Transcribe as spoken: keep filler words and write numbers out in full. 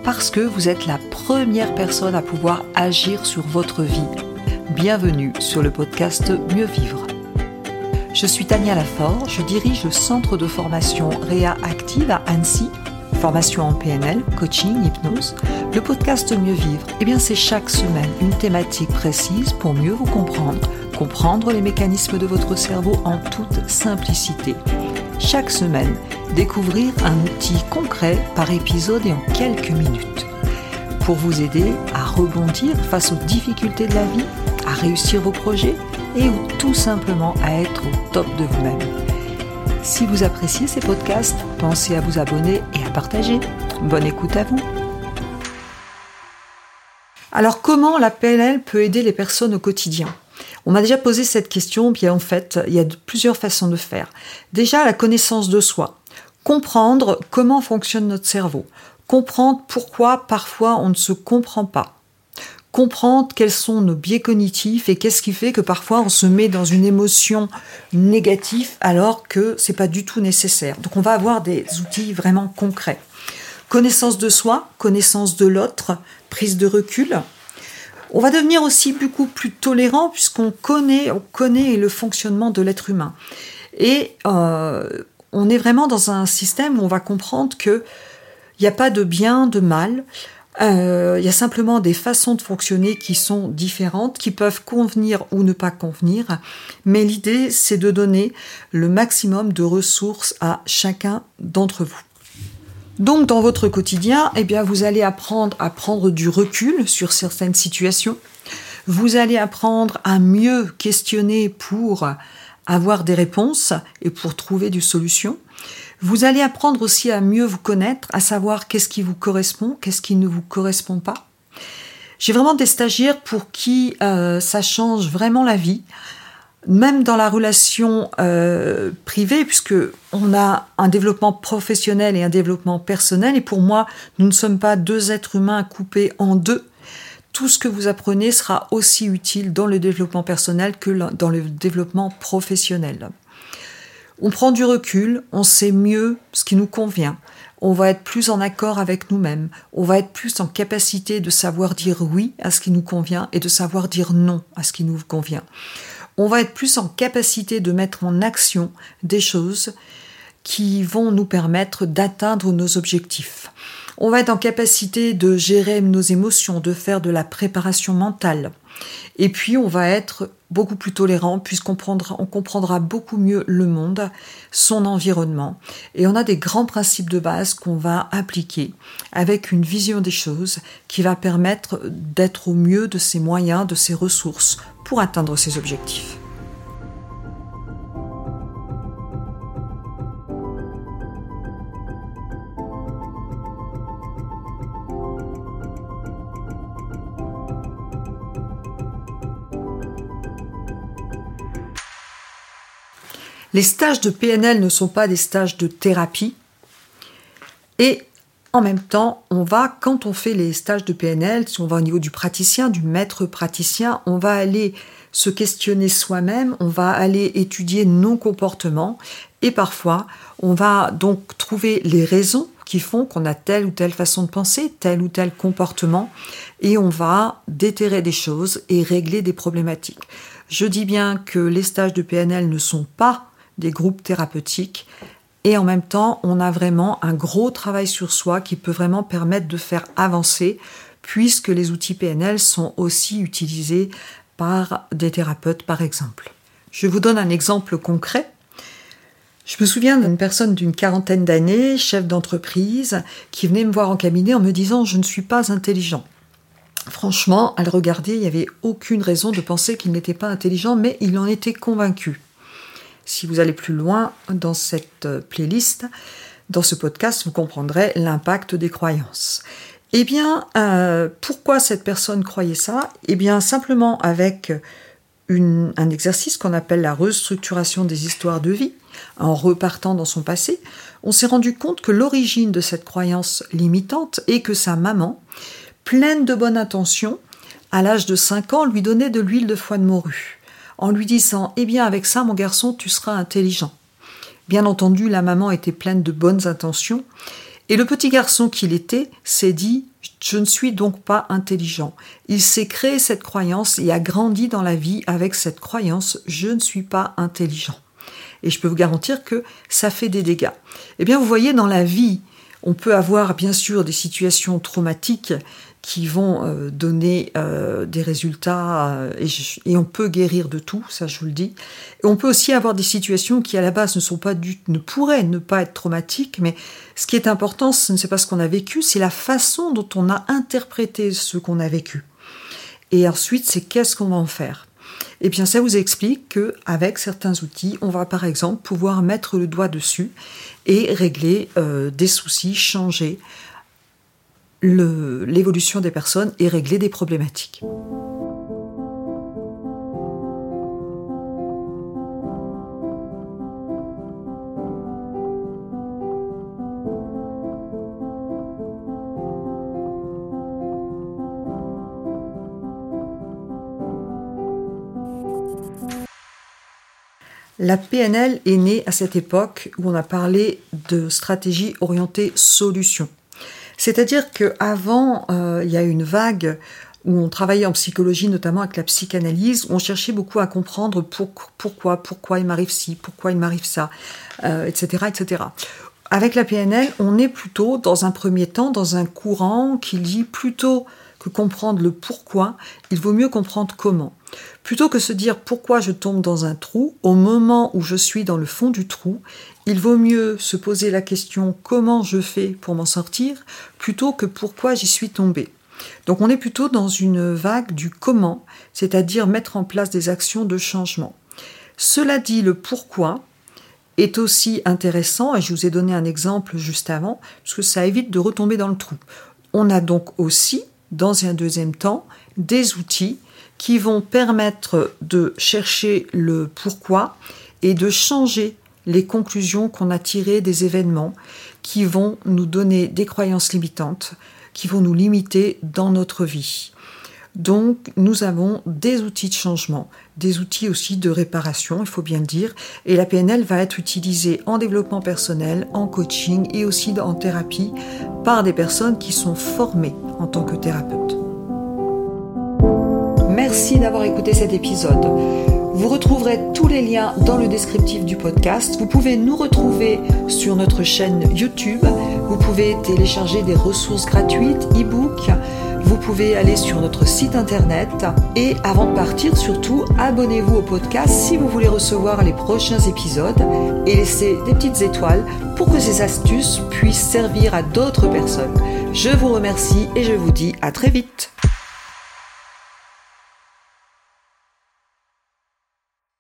parce que vous êtes la première personne à pouvoir agir sur votre vie. Bienvenue sur le podcast Mieux Vivre. Je suis Tania Lafort, je dirige le centre de formation Réa Active à Annecy, formation en P N L, coaching, hypnose. Le podcast Mieux Vivre, eh bien c'est chaque semaine une thématique précise pour mieux vous comprendre, comprendre les mécanismes de votre cerveau en toute simplicité. Chaque semaine, découvrir un outil concret par épisode et en quelques minutes. Pour vous aider à rebondir face aux difficultés de la vie, à réussir vos projets et ou tout simplement à être au top de vous-même. Si vous appréciez ces podcasts, pensez à vous abonner et à partager. Bonne écoute à vous. Alors comment la P N L peut aider les personnes au quotidien ? On m'a déjà posé cette question, bien en fait, il y a plusieurs façons de faire. Déjà, la connaissance de soi. Comprendre comment fonctionne notre cerveau. Comprendre pourquoi parfois on ne se comprend pas. Comprendre quels sont nos biais cognitifs et qu'est-ce qui fait que parfois on se met dans une émotion négative alors que c'est pas du tout nécessaire. Donc on va avoir des outils vraiment concrets. Connaissance de soi, connaissance de l'autre, prise de recul. On va devenir aussi beaucoup plus tolérant puisqu'on connaît, on connaît le fonctionnement de l'être humain. Et euh, on est vraiment dans un système où on va comprendre qu'il n'y a pas de bien, de mal. Euh, il y a simplement des façons de fonctionner qui sont différentes, qui peuvent convenir ou ne pas convenir. Mais l'idée, c'est de donner le maximum de ressources à chacun d'entre vous. Donc, dans votre quotidien, eh bien, vous allez apprendre à prendre du recul sur certaines situations. Vous allez apprendre à mieux questionner pour avoir des réponses et pour trouver des solutions. Vous allez apprendre aussi à mieux vous connaître, à savoir qu'est-ce qui vous correspond, qu'est-ce qui ne vous correspond pas. J'ai vraiment des stagiaires pour qui euh, ça change vraiment la vie. Même dans la relation euh, privée, puisque on a un développement professionnel et un développement personnel, et pour moi, nous ne sommes pas deux êtres humains coupés en deux. Tout ce que vous apprenez sera aussi utile dans le développement personnel que dans le développement professionnel. On prend du recul, on sait mieux ce qui nous convient, on va être plus en accord avec nous-mêmes, on va être plus en capacité de savoir dire oui à ce qui nous convient et de savoir dire non à ce qui nous convient. On va être plus en capacité de mettre en action des choses qui vont nous permettre d'atteindre nos objectifs. On va être en capacité de gérer nos émotions, de faire de la préparation mentale. Et puis, on va être beaucoup plus tolérant puisqu'on prendra, on comprendra beaucoup mieux le monde, son environnement. Et on a des grands principes de base qu'on va appliquer avec une vision des choses qui va permettre d'être au mieux de ses moyens, de ses ressources pour atteindre ses objectifs. Les stages de P N L ne sont pas des stages de thérapie et en même temps, on va, quand on fait les stages de P N L, si on va au niveau du praticien, du maître praticien, on va aller se questionner soi-même, on va aller étudier nos comportements et parfois, on va donc trouver les raisons qui font qu'on a telle ou telle façon de penser, tel ou tel comportement et on va déterrer des choses et régler des problématiques. Je dis bien que les stages de P N L ne sont pas des groupes thérapeutiques et en même temps on a vraiment un gros travail sur soi qui peut vraiment permettre de faire avancer puisque les outils P N L sont aussi utilisés par des thérapeutes par exemple. Je vous donne un exemple concret. Je me souviens d'une personne d'une quarantaine d'années, chef d'entreprise, qui venait me voir en cabinet en me disant « je ne suis pas intelligent ». Franchement, à le regarder, il n'y avait aucune raison de penser qu'il n'était pas intelligent, mais il en était convaincu. Si vous allez plus loin dans cette playlist, dans ce podcast, vous comprendrez l'impact des croyances. Eh bien, euh, pourquoi cette personne croyait ça ? Eh bien, simplement avec une, un exercice qu'on appelle la restructuration des histoires de vie, en repartant dans son passé, on s'est rendu compte que l'origine de cette croyance limitante est que sa maman, pleine de bonnes intentions, à l'âge de cinq ans, lui donnait de l'huile de foie de morue, en lui disant « Eh bien, avec ça, mon garçon, tu seras intelligent ». Bien entendu, la maman était pleine de bonnes intentions, et le petit garçon qu'il était s'est dit Je ne suis donc pas intelligent. Il s'est créé cette croyance et a grandi dans la vie avec cette croyance « je ne suis pas intelligent ». Et je peux vous garantir que ça fait des dégâts. Eh bien, vous voyez, dans la vie, on peut avoir bien sûr des situations traumatiques qui vont euh, donner euh, des résultats euh, et, je, et on peut guérir de tout, ça je vous le dis. Et on peut aussi avoir des situations qui à la base ne sont pas du, ne pourraient ne pas être traumatiques, mais ce qui est important, ce n'est pas ce qu'on a vécu, c'est la façon dont on a interprété ce qu'on a vécu. Et ensuite, c'est qu'est-ce qu'on va en faire. Et bien ça vous explique qu'avec certains outils, on va par exemple pouvoir mettre le doigt dessus et régler euh, des soucis, changer le, l'évolution des personnes et régler des problématiques. La P N L est née à cette époque où on a parlé de stratégie orientée solution. C'est-à-dire qu'avant, euh, il y a eu une vague où on travaillait en psychologie, notamment avec la psychanalyse, où on cherchait beaucoup à comprendre pour, pourquoi, pourquoi il m'arrive ci, pourquoi il m'arrive ça, euh, et cetera, et cetera. Avec la P N L, on est plutôt, dans un premier temps, dans un courant qui dit plutôt que comprendre le pourquoi, il vaut mieux comprendre comment. Plutôt que se dire pourquoi je tombe dans un trou, au moment où je suis dans le fond du trou, il vaut mieux se poser la question comment je fais pour m'en sortir, plutôt que pourquoi j'y suis tombé. Donc on est plutôt dans une vague du comment, c'est-à-dire mettre en place des actions de changement. Cela dit, le pourquoi est aussi intéressant, et je vous ai donné un exemple juste avant, parce que ça évite de retomber dans le trou. On a donc aussi, dans un deuxième temps, des outils qui vont permettre de chercher le pourquoi et de changer les conclusions qu'on a tirées des événements qui vont nous donner des croyances limitantes, qui vont nous limiter dans notre vie. Donc, nous avons des outils de changement, des outils aussi de réparation, il faut bien le dire, et la P N L va être utilisée en développement personnel, en coaching et aussi en thérapie par des personnes qui sont formées en tant que thérapeutes. Merci d'avoir écouté cet épisode. Vous retrouverez tous les liens dans le descriptif du podcast. Vous pouvez nous retrouver sur notre chaîne YouTube. Vous pouvez télécharger des ressources gratuites, e-books. Vous pouvez aller sur notre site internet. Et avant de partir, surtout, abonnez-vous au podcast si vous voulez recevoir les prochains épisodes et laissez des petites étoiles pour que ces astuces puissent servir à d'autres personnes. Je vous remercie et je vous dis à très vite.